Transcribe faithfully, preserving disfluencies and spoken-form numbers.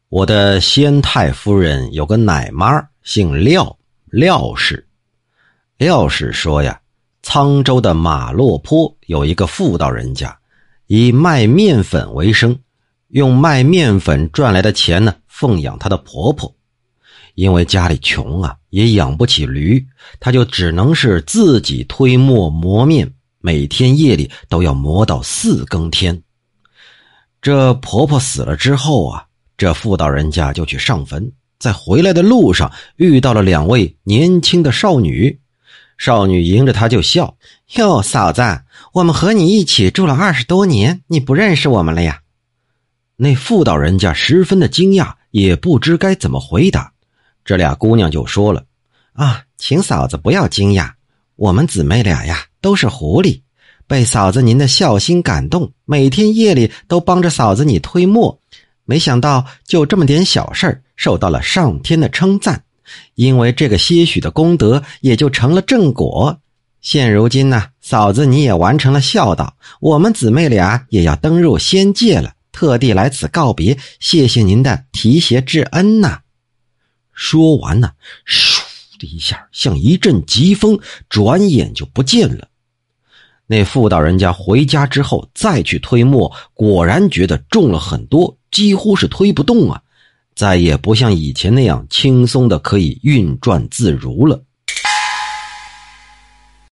我的先太夫人有个奶妈，姓廖，廖氏。廖氏说呀，沧州的马洛坡有一个妇道人家，以卖面粉为生，用卖面粉赚来的钱呢，奉养她的婆婆。因为家里穷啊，也养不起驴，她就只能是自己推磨磨面，每天夜里都要磨到四更天。这婆婆死了之后啊，这妇道人家就去上坟，在回来的路上遇到了两位年轻的少女。少女迎着她就笑：哟，嫂子，我们和你一起住了二十多年，你不认识我们了呀？那妇道人家十分的惊讶，也不知该怎么回答。这俩姑娘就说了：啊，请嫂子不要惊讶，我们姊妹俩呀都是狐狸，被嫂子您的孝心感动，每天夜里都帮着嫂子你推磨，没想到就这么点小事儿受到了上天的称赞，因为这个些许的功德也就成了正果。现如今呢，嫂子你也完成了孝道，我们姊妹俩也要登入仙界了，特地来此告别，谢谢您的提携之恩呐。说完呢，唰的一下像一阵疾风，转眼就不见了。那妇道人家回家之后再去推磨，果然觉得重了很多，几乎是推不动啊，再也不像以前那样轻松的可以运转自如了。